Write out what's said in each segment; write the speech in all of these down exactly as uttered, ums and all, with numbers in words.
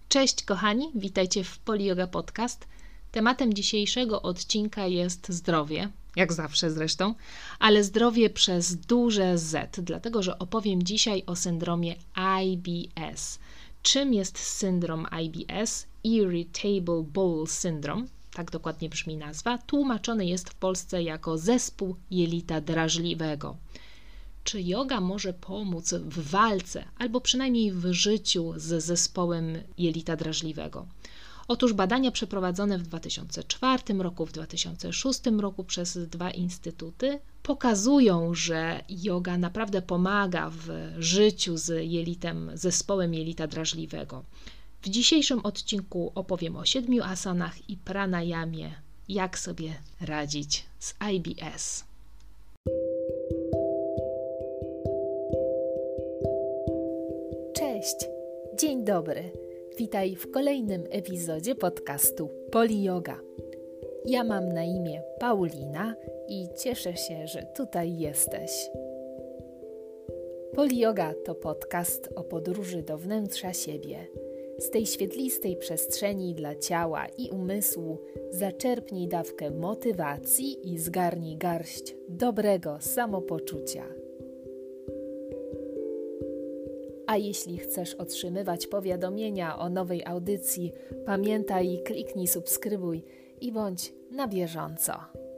Cześć kochani, witajcie w Poliyoga Podcast. Tematem dzisiejszego odcinka jest zdrowie, jak zawsze zresztą, ale zdrowie przez duże Z, dlatego że opowiem dzisiaj o syndromie I B S. Czym jest syndrom I B S? Irritable Bowel Syndrome, tak dokładnie brzmi nazwa, tłumaczony jest w Polsce jako zespół jelita drażliwego. Czy joga może pomóc w walce, albo przynajmniej w życiu z zespołem jelita drażliwego? Otóż badania przeprowadzone w dwa tysiące czwartym roku, w dwa tysiące szóstym roku przez dwa instytuty pokazują, że joga naprawdę pomaga w życiu z jelitem, zespołem jelita drażliwego. W dzisiejszym odcinku opowiem o siedmiu asanach i pranayamie, jak sobie radzić z I B S. Cześć, dzień dobry. Witaj w kolejnym epizodzie podcastu Poliyoga. Ja mam na imię Paulina i cieszę się, że tutaj jesteś. Poliyoga to podcast o podróży do wnętrza siebie. Z tej świetlistej przestrzeni dla ciała i umysłu zaczerpnij dawkę motywacji i zgarnij garść dobrego samopoczucia. A jeśli chcesz otrzymywać powiadomienia o nowej audycji, pamiętaj, kliknij subskrybuj i bądź na bieżąco.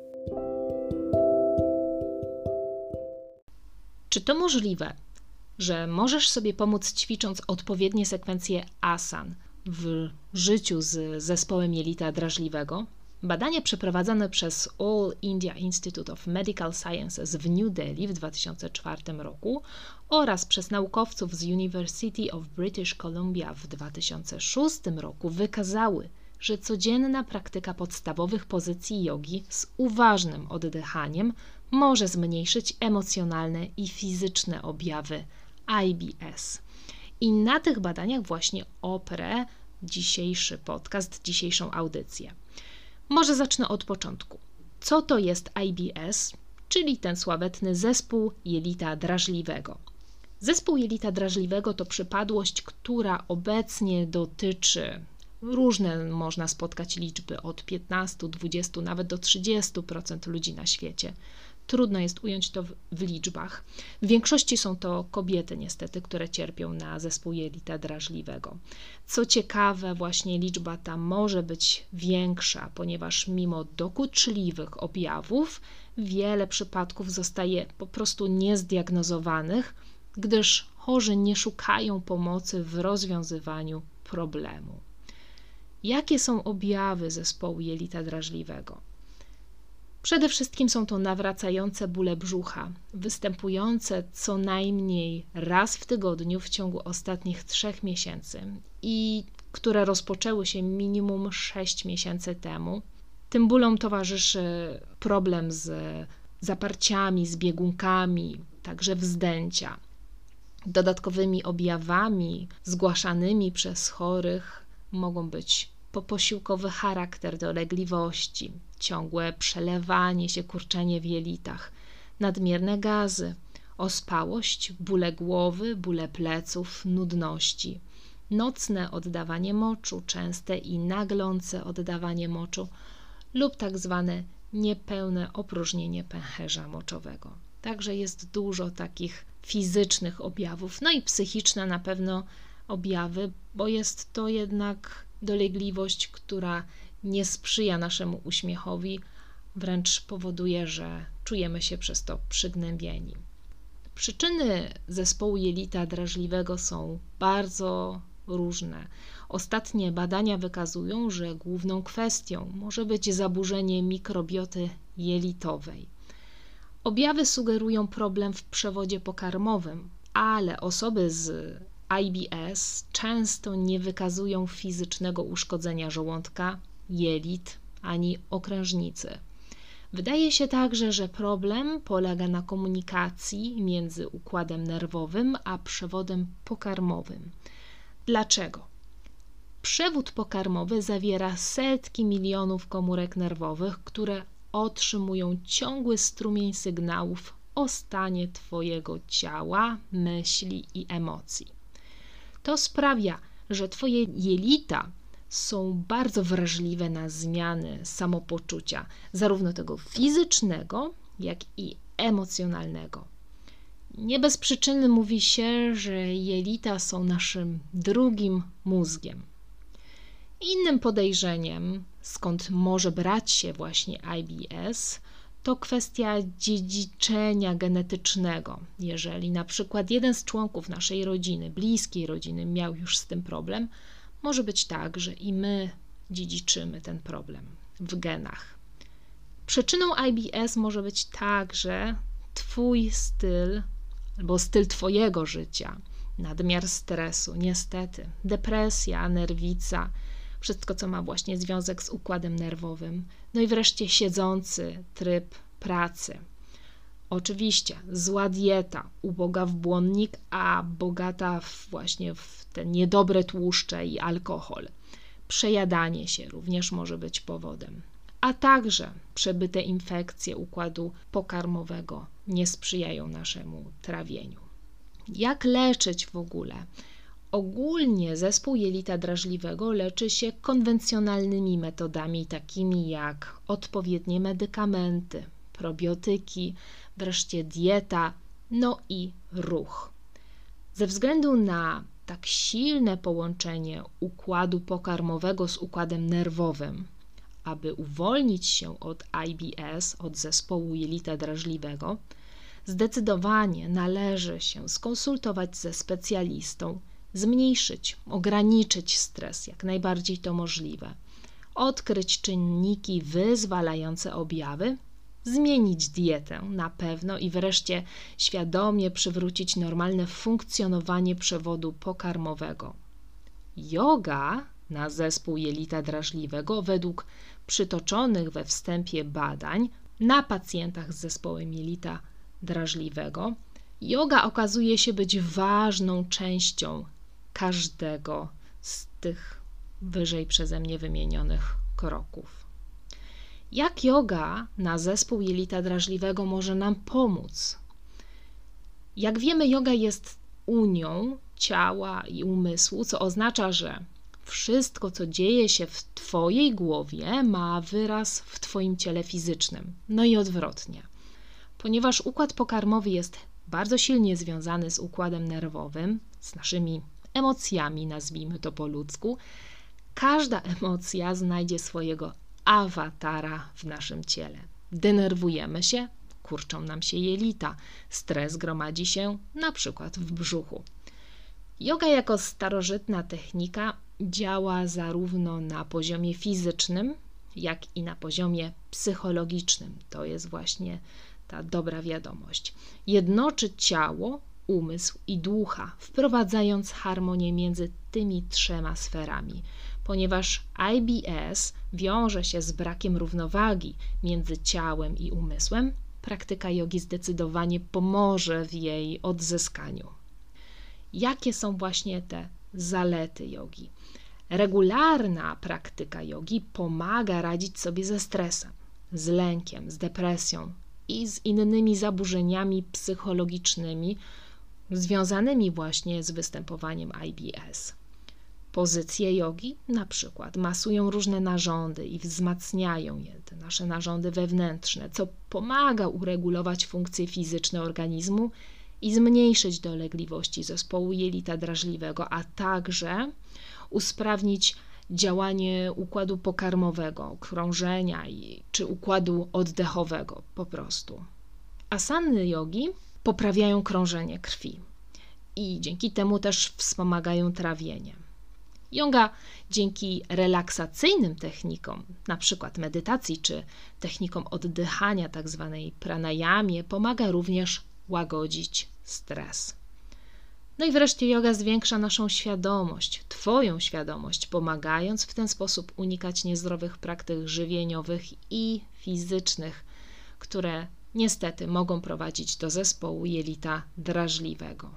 Czy to możliwe, że możesz sobie pomóc ćwicząc odpowiednie sekwencje asan w życiu z zespołem jelita drażliwego? Badanie przeprowadzone przez All India Institute of Medical Sciences w New Delhi w dwa tysiące czwartym roku oraz przez naukowców z University of British Columbia w dwa tysiące szóstym roku wykazały, że codzienna praktyka podstawowych pozycji jogi z uważnym oddychaniem może zmniejszyć emocjonalne i fizyczne objawy I B S. I na tych badaniach właśnie oprę dzisiejszy podcast, dzisiejszą audycję. Może zacznę od początku. Co to jest I B S, czyli ten sławetny zespół jelita drażliwego? Zespół jelita drażliwego to przypadłość, która obecnie dotyczy, różne można spotkać liczby, od piętnastu, dwudziestu, nawet do trzydziestu procent ludzi na świecie. Trudno jest ująć to w, w liczbach. W większości są to kobiety niestety, które cierpią na zespół jelita drażliwego. Co ciekawe, właśnie liczba ta może być większa, ponieważ mimo dokuczliwych objawów wiele przypadków zostaje po prostu niezdiagnozowanych, gdyż chorzy nie szukają pomocy w rozwiązywaniu problemu. Jakie są objawy zespołu jelita drażliwego? Przede wszystkim są to nawracające bóle brzucha, występujące co najmniej raz w tygodniu w ciągu ostatnich trzech miesięcy i które rozpoczęły się minimum sześć miesięcy temu. Tym bólom towarzyszy problem z zaparciami, z biegunkami, także wzdęcia. Dodatkowymi objawami zgłaszanymi przez chorych mogą być poposiłkowy charakter dolegliwości, ciągłe przelewanie się, kurczenie w jelitach, nadmierne gazy, ospałość, bóle głowy, bóle pleców, nudności, nocne oddawanie moczu, częste i naglące oddawanie moczu lub tak zwane niepełne opróżnienie pęcherza moczowego. Także jest dużo takich fizycznych objawów, no i psychiczne na pewno objawy, bo jest to jednak dolegliwość, która nie sprzyja naszemu uśmiechowi, wręcz powoduje, że czujemy się przez to przygnębieni. Przyczyny zespołu jelita drażliwego są bardzo różne. Ostatnie badania wykazują, że główną kwestią może być zaburzenie mikrobioty jelitowej. Objawy sugerują problem w przewodzie pokarmowym, ale osoby z I B S często nie wykazują fizycznego uszkodzenia żołądka, jelit ani okrężnicy. Wydaje się także, że problem polega na komunikacji między układem nerwowym a przewodem pokarmowym. Dlaczego? Przewód pokarmowy zawiera setki milionów komórek nerwowych, które otrzymują ciągły strumień sygnałów o stanie Twojego ciała, myśli i emocji. To sprawia, że Twoje jelita są bardzo wrażliwe na zmiany samopoczucia, zarówno tego fizycznego, jak i emocjonalnego. Nie bez przyczyny mówi się, że jelita są naszym drugim mózgiem. Innym podejrzeniem, skąd może brać się właśnie I B S, to kwestia dziedziczenia genetycznego. Jeżeli na przykład jeden z członków naszej rodziny, bliskiej rodziny miał już z tym problem, może być tak, że i my dziedziczymy ten problem w genach. Przyczyną I B S może być także Twój styl albo styl Twojego życia, nadmiar stresu, niestety, depresja, nerwica, wszystko, co ma właśnie związek z układem nerwowym, no i wreszcie siedzący tryb pracy. Oczywiście zła dieta, uboga w błonnik, a bogata w właśnie w te niedobre tłuszcze i alkohol. Przejadanie się również może być powodem, a także przebyte infekcje układu pokarmowego nie sprzyjają naszemu trawieniu. Jak leczyć w ogóle? Ogólnie zespół jelita drażliwego leczy się konwencjonalnymi metodami, takimi jak odpowiednie medykamenty, probiotyki, wreszcie dieta, no i ruch. Ze względu na tak silne połączenie układu pokarmowego z układem nerwowym, aby uwolnić się od I B S, od zespołu jelita drażliwego, zdecydowanie należy się skonsultować ze specjalistą, zmniejszyć, ograniczyć stres, jak najbardziej to możliwe, odkryć czynniki wyzwalające objawy, zmienić dietę na pewno i wreszcie świadomie przywrócić normalne funkcjonowanie przewodu pokarmowego. Joga na zespół jelita drażliwego według przytoczonych we wstępie badań na pacjentach z zespołem jelita drażliwego, joga okazuje się być ważną częścią każdego z tych wyżej przeze mnie wymienionych kroków. Jak joga na zespół jelita drażliwego może nam pomóc? Jak wiemy, joga jest unią ciała i umysłu, co oznacza, że wszystko, co dzieje się w Twojej głowie, ma wyraz w Twoim ciele fizycznym. No i odwrotnie. Ponieważ układ pokarmowy jest bardzo silnie związany z układem nerwowym, z naszymi emocjami, nazwijmy to po ludzku, każda emocja znajdzie swojego awatara w naszym ciele. Denerwujemy się, kurczą nam się jelita, stres gromadzi się na przykład w brzuchu. Joga jako starożytna technika działa zarówno na poziomie fizycznym, jak i na poziomie psychologicznym. To jest właśnie ta dobra wiadomość. Jednoczy ciało, umysł i ducha, wprowadzając harmonię między tymi trzema sferami. Ponieważ I B S wiąże się z brakiem równowagi między ciałem i umysłem, praktyka jogi zdecydowanie pomoże w jej odzyskaniu. Jakie są właśnie te zalety jogi? Regularna praktyka jogi pomaga radzić sobie ze stresem, z lękiem, z depresją i z innymi zaburzeniami psychologicznymi związanymi właśnie z występowaniem I B S. Pozycje jogi na przykład masują różne narządy i wzmacniają je, te nasze narządy wewnętrzne, co pomaga uregulować funkcje fizyczne organizmu i zmniejszyć dolegliwości zespołu jelita drażliwego, a także usprawnić działanie układu pokarmowego, krążenia i, czy układu oddechowego po prostu. Asany jogi poprawiają krążenie krwi i dzięki temu też wspomagają trawienie. Joga dzięki relaksacyjnym technikom, na przykład medytacji czy technikom oddychania, tak zwanej pranayamie, pomaga również łagodzić stres. No i wreszcie joga zwiększa naszą świadomość, Twoją świadomość, pomagając w ten sposób unikać niezdrowych praktyk żywieniowych i fizycznych, które niestety mogą prowadzić do zespołu jelita drażliwego.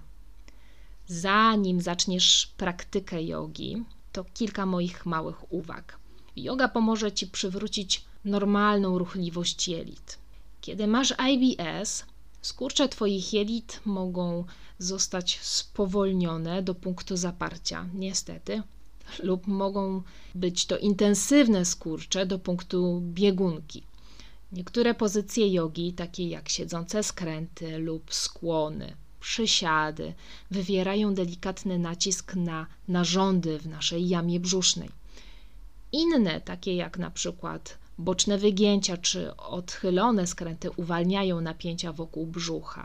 Zanim zaczniesz praktykę jogi, to kilka moich małych uwag. Joga pomoże Ci przywrócić normalną ruchliwość jelit. Kiedy masz I B S, Skurcze Twoich jelit mogą zostać spowolnione do punktu zaparcia, niestety, lub mogą być to intensywne skurcze do punktu biegunki. Niektóre pozycje jogi, takie jak siedzące skręty lub skłony, przysiady, wywierają delikatny nacisk na narządy w naszej jamie brzusznej. Inne, takie jak na przykład boczne wygięcia czy odchylone skręty, uwalniają napięcia wokół brzucha.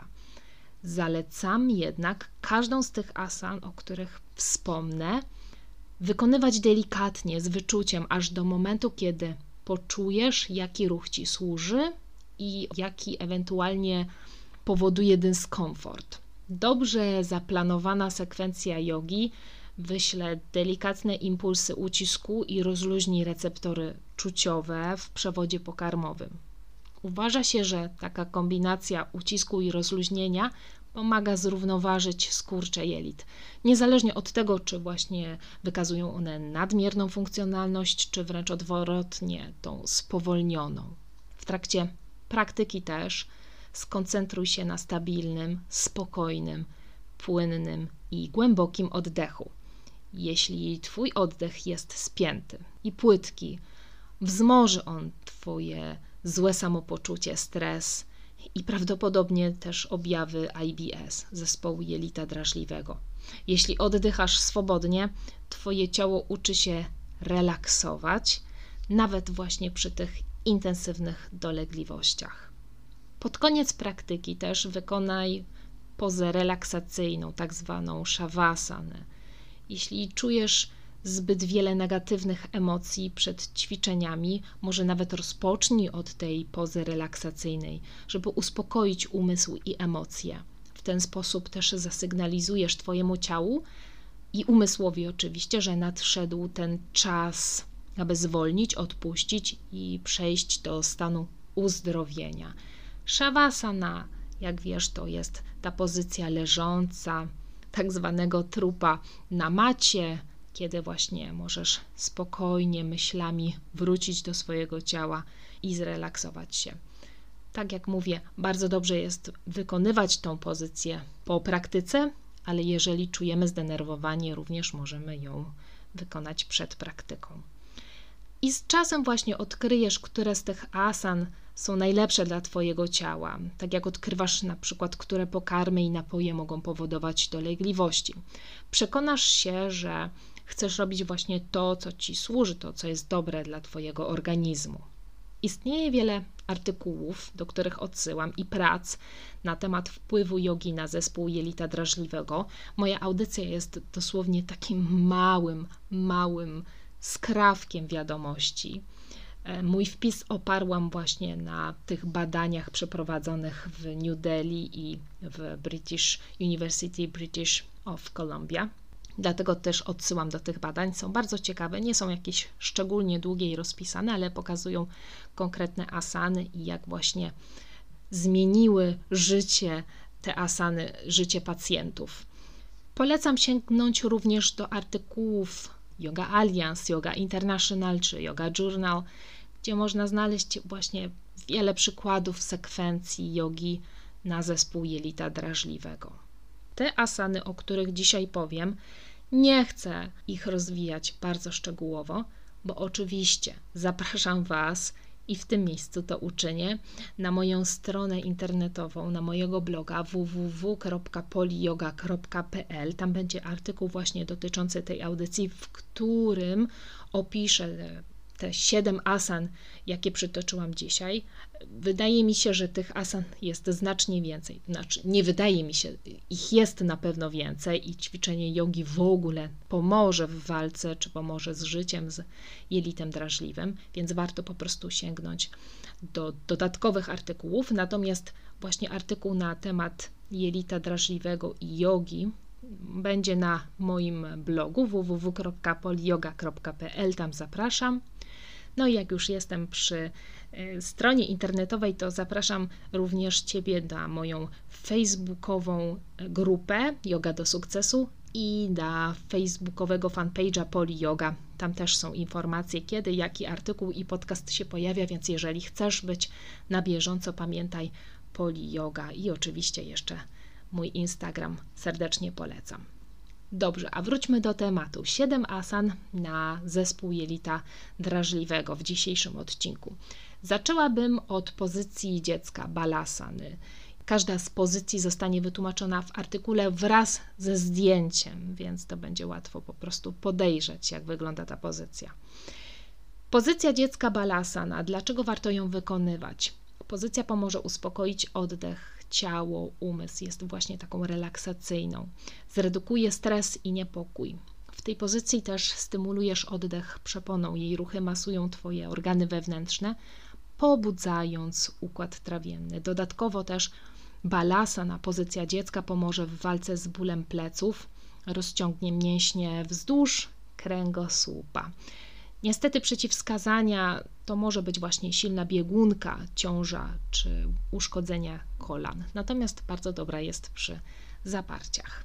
Zalecam jednak każdą z tych asan, o których wspomnę, wykonywać delikatnie, z wyczuciem, aż do momentu, kiedy poczujesz, jaki ruch Ci służy i jaki ewentualnie powoduje dyskomfort. Dobrze zaplanowana sekwencja jogi wyśle delikatne impulsy ucisku i rozluźni receptory czuciowe w przewodzie pokarmowym. Uważa się, że taka kombinacja ucisku i rozluźnienia pomaga zrównoważyć skurcze jelit, niezależnie od tego, czy właśnie wykazują one nadmierną funkcjonalność, czy wręcz odwrotnie, tą spowolnioną. W trakcie praktyki też skoncentruj się na stabilnym, spokojnym, płynnym i głębokim oddechu. Jeśli Twój oddech jest spięty i płytki, wzmoży on Twoje złe samopoczucie, stres i prawdopodobnie też objawy I B S, zespołu jelita drażliwego. Jeśli oddychasz swobodnie, Twoje ciało uczy się relaksować, nawet właśnie przy tych intensywnych dolegliwościach. Pod koniec praktyki też wykonaj pozę relaksacyjną, tak zwaną savasanę. Jeśli czujesz zbyt wiele negatywnych emocji przed ćwiczeniami, może nawet rozpocznij od tej pozy relaksacyjnej, żeby uspokoić umysł i emocje. W ten sposób też zasygnalizujesz Twojemu ciału i umysłowi oczywiście, że nadszedł ten czas, aby zwolnić, odpuścić i przejść do stanu uzdrowienia. Shavasana, jak wiesz, to jest ta pozycja leżąca, tak zwanego trupa na macie, kiedy właśnie możesz spokojnie myślami wrócić do swojego ciała i zrelaksować się. Tak jak mówię, bardzo dobrze jest wykonywać tą pozycję po praktyce, ale jeżeli czujemy zdenerwowanie, również możemy ją wykonać przed praktyką. I z czasem właśnie odkryjesz, które z tych asan są najlepsze dla Twojego ciała, tak jak odkrywasz na przykład, które pokarmy i napoje mogą powodować dolegliwości. Przekonasz się, że chcesz robić właśnie to, co Ci służy, to, co jest dobre dla Twojego organizmu. Istnieje wiele artykułów, do których odsyłam, i prac na temat wpływu jogi na zespół jelita drażliwego. Moja audycja jest dosłownie takim małym, małym skrawkiem wiadomości. Mój wpis oparłam właśnie na tych badaniach przeprowadzonych w New Delhi i w British University British of Columbia. Dlatego też odsyłam do tych badań. Są bardzo ciekawe, nie są jakieś szczególnie długie i rozpisane, ale pokazują konkretne asany i jak właśnie zmieniły życie te asany, życie pacjentów. Polecam sięgnąć również do artykułów Yoga Alliance, Yoga International czy Yoga Journal, gdzie można znaleźć właśnie wiele przykładów sekwencji jogi na zespół jelita drażliwego. Te asany, o których dzisiaj powiem, nie chcę ich rozwijać bardzo szczegółowo, bo oczywiście zapraszam Was, i w tym miejscu to uczynię, na moją stronę internetową, na mojego bloga w w w kropka poliyoga kropka p l. Tam będzie artykuł właśnie dotyczący tej audycji, w którym opiszę te siedem asan, jakie przytoczyłam dzisiaj. Wydaje mi się, że tych asan jest znacznie więcej. Znaczy, nie wydaje mi się, ich jest na pewno więcej i ćwiczenie jogi w ogóle pomoże w walce, czy pomoże z życiem, z jelitem drażliwym, więc warto po prostu sięgnąć do dodatkowych artykułów. Natomiast właśnie artykuł na temat jelita drażliwego i jogi będzie na moim blogu w w w kropka poliyoga kropka p l. Tam zapraszam. No i jak już jestem przy stronie internetowej, to zapraszam również Ciebie na moją facebookową grupę Yoga do Sukcesu i na facebookowego fanpage'a Poli Yoga. Tam też są informacje, kiedy, jaki artykuł i podcast się pojawia, więc jeżeli chcesz być na bieżąco, pamiętaj, Poli Yoga i oczywiście jeszcze mój Instagram serdecznie polecam. Dobrze, a wróćmy do tematu. siedem asan na zespół jelita drażliwego w dzisiejszym odcinku. Zaczęłabym od pozycji dziecka, balasany. Każda z pozycji zostanie wytłumaczona w artykule wraz ze zdjęciem, więc to będzie łatwo po prostu podejrzeć, jak wygląda ta pozycja. Pozycja dziecka balasana. Dlaczego warto ją wykonywać? Pozycja pomoże uspokoić oddech, ciało, umysł. Jest właśnie taką relaksacyjną. Zredukuje stres i niepokój. W tej pozycji też stymulujesz oddech przeponą. Jej ruchy masują Twoje organy wewnętrzne, pobudzając układ trawienny. Dodatkowo też balasana, pozycja dziecka, pomoże w walce z bólem pleców, rozciągnie mięśnie wzdłuż kręgosłupa. Niestety przeciwwskazania to może być właśnie silna biegunka, ciąża czy uszkodzenia kolan. Natomiast bardzo dobra jest przy zaparciach.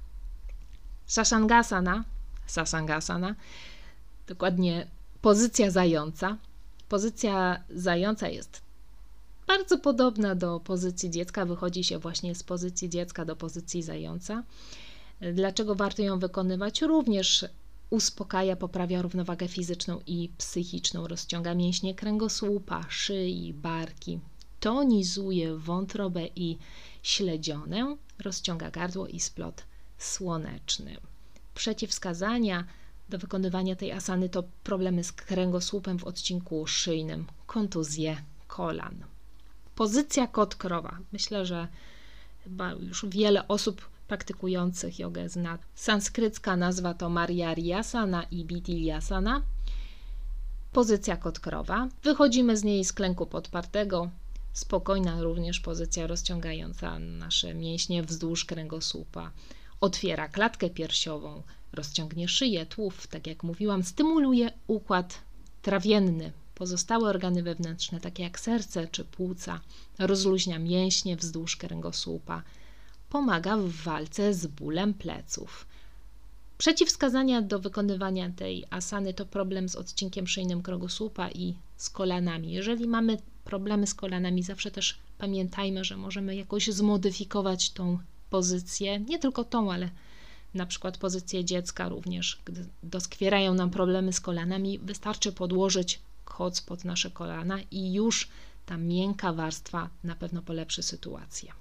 Sasangasana, sasangasana, dokładnie pozycja zająca. Pozycja zająca jest bardzo podobna do pozycji dziecka. Wychodzi się właśnie z pozycji dziecka do pozycji zająca. Dlaczego warto ją wykonywać? Również uspokaja, poprawia równowagę fizyczną i psychiczną, rozciąga mięśnie kręgosłupa, szyi, barki, tonizuje wątrobę i śledzionę, rozciąga gardło i splot słoneczny. Przeciwwskazania do wykonywania tej asany to problemy z kręgosłupem w odcinku szyjnym, kontuzje kolan. Pozycja kot-krowa. Myślę, że chyba już wiele osób praktykujących jogę zna. Sanskrycka nazwa to Marjaryasana i Bitilyasana. Pozycja kot-krowa. Wychodzimy z niej z klęku podpartego. Spokojna również pozycja rozciągająca nasze mięśnie wzdłuż kręgosłupa. Otwiera klatkę piersiową, rozciągnie szyję, tułów, tak jak mówiłam, stymuluje układ trawienny. Pozostałe organy wewnętrzne, takie jak serce czy płuca, rozluźnia mięśnie wzdłuż kręgosłupa. Pomaga w walce z bólem pleców. Przeciwwskazania do wykonywania tej asany to problem z odcinkiem szyjnym kręgosłupa i z kolanami. Jeżeli mamy problemy z kolanami, zawsze też pamiętajmy, że możemy jakoś zmodyfikować tą pozycję, nie tylko tą, ale na przykład pozycję dziecka również. Gdy doskwierają nam problemy z kolanami, wystarczy podłożyć koc pod nasze kolana i już ta miękka warstwa na pewno polepszy sytuację.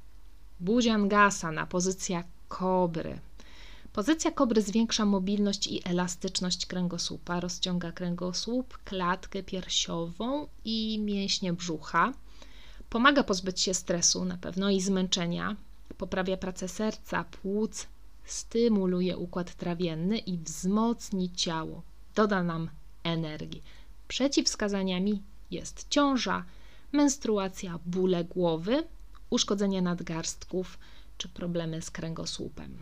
Bhujangasana, pozycja kobry. Pozycja kobry zwiększa mobilność i elastyczność kręgosłupa, rozciąga kręgosłup, klatkę piersiową i mięśnie brzucha. Pomaga pozbyć się stresu na pewno i zmęczenia, poprawia pracę serca, płuc, stymuluje układ trawienny i wzmocni ciało, doda nam energii. Przeciwwskazaniami jest ciąża, menstruacja, bóle głowy, uszkodzenie nadgarstków czy problemy z kręgosłupem.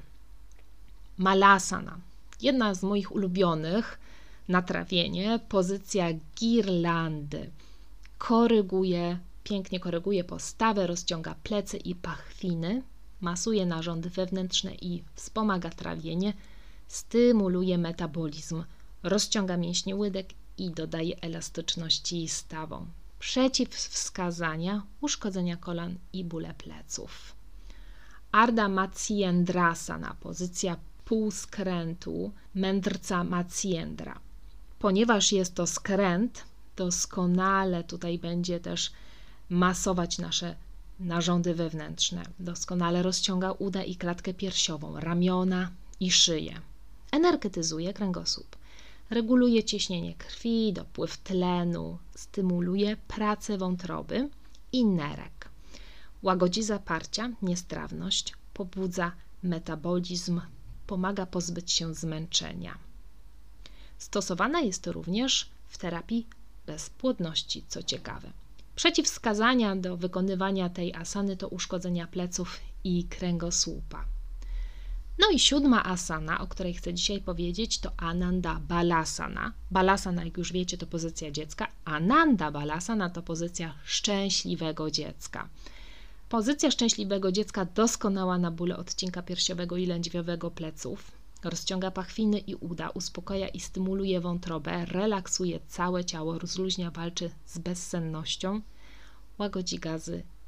Malasana, jedna z moich ulubionych na trawienie, pozycja girlandy. Koryguje, pięknie koryguje postawę, rozciąga plecy i pachwiny, masuje narządy wewnętrzne i wspomaga trawienie, stymuluje metabolizm, rozciąga mięśnie łydek i dodaje elastyczności stawom. Przeciwwskazania, uszkodzenia kolan i bóle pleców. Ardha Matsyendrasana, pozycja półskrętu, mędrca Matsyendra. Ponieważ jest to skręt, doskonale tutaj będzie też masować nasze narządy wewnętrzne. Doskonale rozciąga uda i klatkę piersiową, ramiona i szyję. Energetyzuje kręgosłup. Reguluje ciśnienie krwi, dopływ tlenu, stymuluje pracę wątroby i nerek. Łagodzi zaparcia, niestrawność, pobudza metabolizm, pomaga pozbyć się zmęczenia. Stosowana jest również w terapii bezpłodności, co ciekawe. Przeciwwskazania do wykonywania tej asany to uszkodzenia pleców i kręgosłupa. No i siódma asana, o której chcę dzisiaj powiedzieć, to Ananda Balasana. Balasana, jak już wiecie, to pozycja dziecka. Ananda Balasana to pozycja szczęśliwego dziecka. Pozycja szczęśliwego dziecka doskonała na bóle odcinka piersiowego i lędźwiowego pleców. Rozciąga pachwiny i uda, uspokaja i stymuluje wątrobę, relaksuje całe ciało, rozluźnia, walczy z bezsennością, łagodzi gazy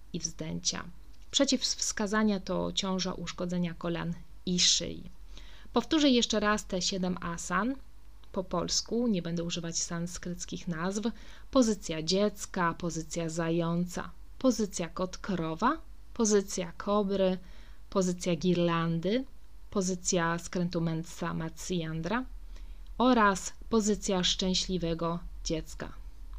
i wzdęcia. Przeciwwskazania to ciąża, uszkodzenia kolan i szyi. Powtórzę jeszcze raz te siedem asan po polsku, nie będę używać sanskryckich nazw. Pozycja dziecka, pozycja zająca, pozycja kot-krowa, pozycja kobry, pozycja girlandy, pozycja skrętu Mensa Matsyandra oraz pozycja szczęśliwego dziecka.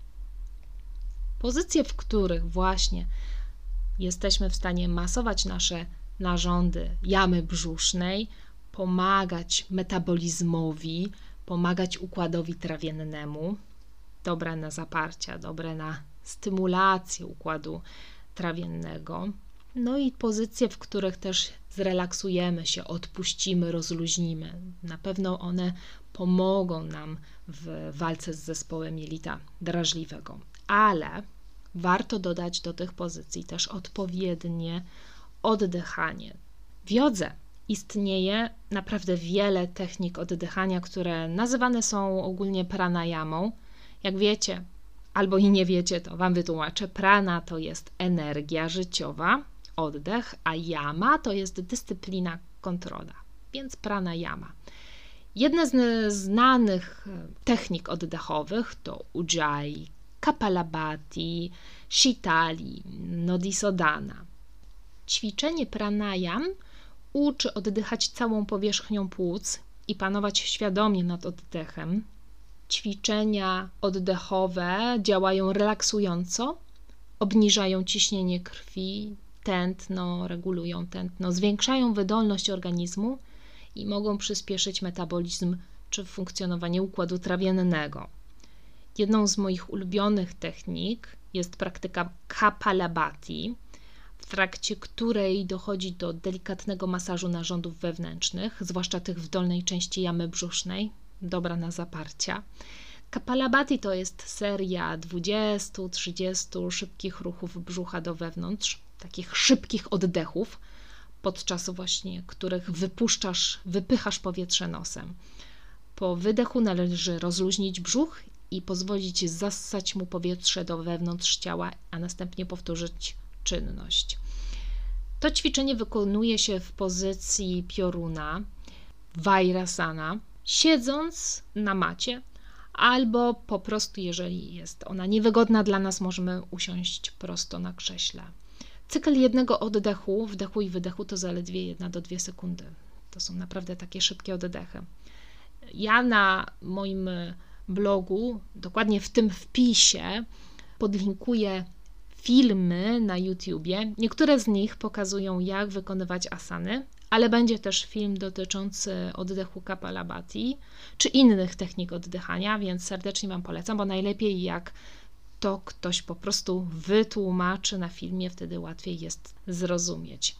Pozycje, w których właśnie jesteśmy w stanie masować nasze narządy jamy brzusznej, pomagać metabolizmowi, pomagać układowi trawiennemu, dobre na zaparcia, dobre na stymulację układu trawiennego. No i pozycje, w których też zrelaksujemy się, odpuścimy, rozluźnimy. Na pewno one pomogą nam w walce z zespołem jelita drażliwego. Ale warto dodać do tych pozycji też odpowiednie oddychanie. W jodze istnieje naprawdę wiele technik oddychania, które nazywane są ogólnie pranayamą. Jak wiecie, albo i nie wiecie, to Wam wytłumaczę. Prana to jest energia życiowa, oddech, a yama to jest dyscyplina, kontrola, więc pranayama. Jedne z znanych technik oddechowych to ujjayi, kapalabhati, shitali, nodisodana. Ćwiczenie pranayam uczy oddychać całą powierzchnią płuc i panować świadomie nad oddechem. Ćwiczenia oddechowe działają relaksująco, obniżają ciśnienie krwi, tętno, regulują tętno, zwiększają wydolność organizmu i mogą przyspieszyć metabolizm czy funkcjonowanie układu trawiennego. Jedną z moich ulubionych technik jest praktyka kapalabhati, w trakcie której dochodzi do delikatnego masażu narządów wewnętrznych, zwłaszcza tych w dolnej części jamy brzusznej, dobra na zaparcia. Kapalabhati to jest seria dwudziestu do trzydziestu szybkich ruchów brzucha do wewnątrz, takich szybkich oddechów, podczas właśnie których wypuszczasz, wypychasz powietrze nosem. Po wydechu należy rozluźnić brzuch i pozwolić zassać mu powietrze do wewnątrz ciała, a następnie powtórzyć czynność. To ćwiczenie wykonuje się w pozycji pioruna, vajrasana, siedząc na macie, albo po prostu, jeżeli jest ona niewygodna dla nas, możemy usiąść prosto na krześle. Cykl jednego oddechu, wdechu i wydechu to zaledwie jedna do dwie sekundy. To są naprawdę takie szybkie oddechy. Ja na moim blogu, dokładnie w tym wpisie, podlinkuję filmy na YouTubie. Niektóre z nich pokazują, jak wykonywać asany, ale będzie też film dotyczący oddechu kapalabhati czy innych technik oddychania, więc serdecznie Wam polecam, bo najlepiej jak to ktoś po prostu wytłumaczy na filmie, wtedy łatwiej jest zrozumieć.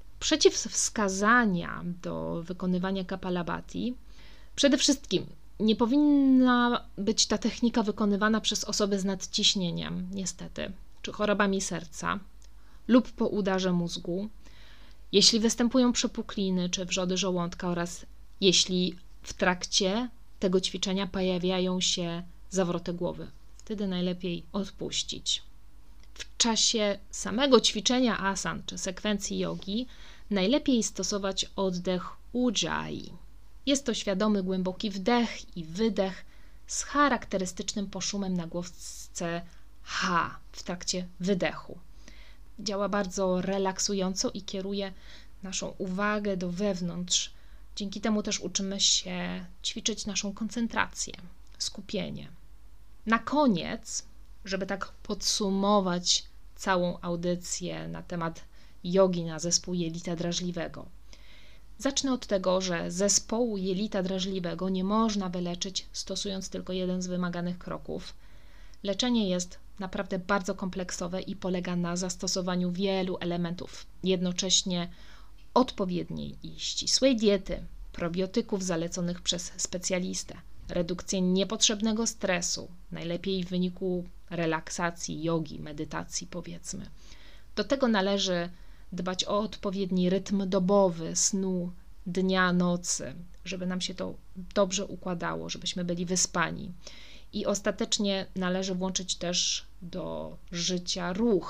Przeciwwskazania do wykonywania kapalabhati. Przede wszystkim nie powinna być ta technika wykonywana przez osoby z nadciśnieniem, niestety, czy chorobami serca lub po udarze mózgu, jeśli występują przepukliny czy wrzody żołądka oraz jeśli w trakcie tego ćwiczenia pojawiają się zawroty głowy. Wtedy najlepiej odpuścić. W czasie samego ćwiczenia asan czy sekwencji jogi najlepiej stosować oddech ujjayi. Jest to świadomy, głęboki wdech i wydech z charakterystycznym poszumem na głosce H w trakcie wydechu. Działa bardzo relaksująco i kieruje naszą uwagę do wewnątrz. Dzięki temu też uczymy się ćwiczyć naszą koncentrację, skupienie. Na koniec, żeby tak podsumować całą audycję na temat jogi na zespół jelita drażliwego. Zacznę od tego, że zespołu jelita drażliwego nie można wyleczyć stosując tylko jeden z wymaganych kroków. Leczenie jest naprawdę bardzo kompleksowe i polega na zastosowaniu wielu elementów, jednocześnie odpowiedniej i ścisłej diety, probiotyków zaleconych przez specjalistę, redukcję niepotrzebnego stresu, najlepiej w wyniku relaksacji, jogi, medytacji powiedzmy. Do tego należy dbać o odpowiedni rytm dobowy, snu, dnia, nocy, żeby nam się to dobrze układało, żebyśmy byli wyspani. I ostatecznie należy włączyć też do życia ruch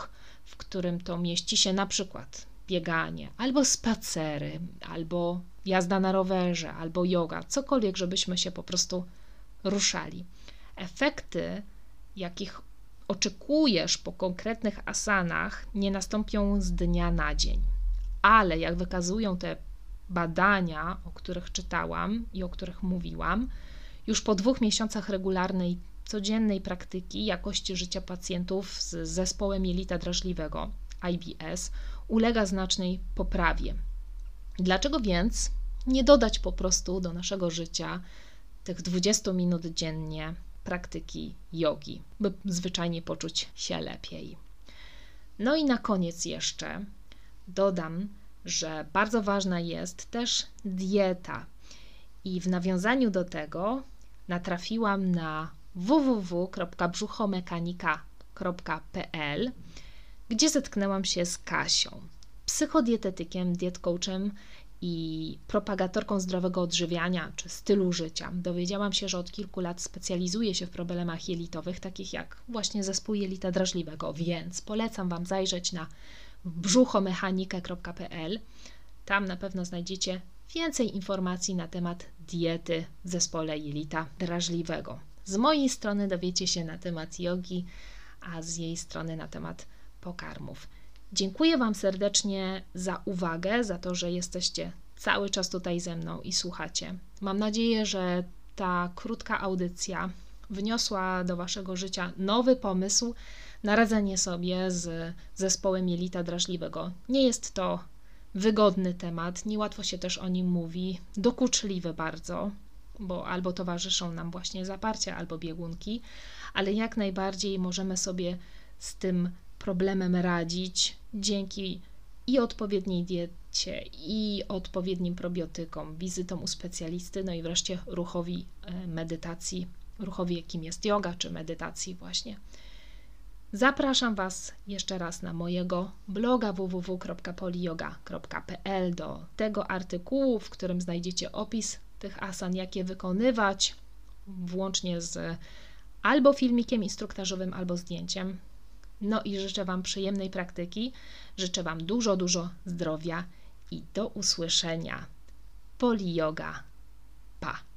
w którym to mieści się na przykład bieganie, albo spacery, albo jazda na rowerze, albo yoga, cokolwiek, żebyśmy się po prostu ruszali. Efekty, jakich oczekujesz po konkretnych asanach, nie nastąpią z dnia na dzień, ale jak wykazują te badania, o których czytałam i o których mówiłam, już po dwóch miesiącach regularnej, codziennej praktyki jakości życia pacjentów z zespołem jelita drażliwego, I B S, ulega znacznej poprawie. Dlaczego więc nie dodać po prostu do naszego życia tych dwudziestu minut dziennie praktyki jogi, by zwyczajnie poczuć się lepiej? No i na koniec jeszcze dodam, że bardzo ważna jest też dieta. I w nawiązaniu do tego natrafiłam na w w w kropka brzuchomechanika kropka p l, gdzie zetknęłam się z Kasią, psychodietetykiem, dietcoachem i propagatorką zdrowego odżywiania czy stylu życia. Dowiedziałam się, że od kilku lat specjalizuje się w problemach jelitowych, takich jak właśnie zespół jelita drażliwego, więc polecam Wam zajrzeć na brzuchomechanikę kropka p l. Tam na pewno znajdziecie więcej informacji na temat diety w zespole jelita drażliwego. Z mojej strony dowiecie się na temat jogi, a z jej strony na temat pokarmów. Dziękuję Wam serdecznie za uwagę, za to, że jesteście cały czas tutaj ze mną i słuchacie. Mam nadzieję, że ta krótka audycja wniosła do Waszego życia nowy pomysł na radzenie sobie z zespołem jelita drażliwego. Nie jest to wygodny temat, niełatwo się też o nim mówi, dokuczliwy bardzo, bo albo towarzyszą nam właśnie zaparcia, albo biegunki, ale jak najbardziej możemy sobie z tym problemem radzić dzięki i odpowiedniej diecie, i odpowiednim probiotykom, wizytom u specjalisty, no i wreszcie ruchowi medytacji, ruchowi jakim jest yoga czy medytacji właśnie. Zapraszam Was jeszcze raz na mojego bloga w w w kropka poliyoga kropka p l do tego artykułu, w którym znajdziecie opis tych asan, jak je wykonywać, włącznie z albo filmikiem instruktażowym, albo zdjęciem. No i życzę Wam przyjemnej praktyki, życzę Wam dużo, dużo zdrowia i do usłyszenia. Poliyoga. Pa!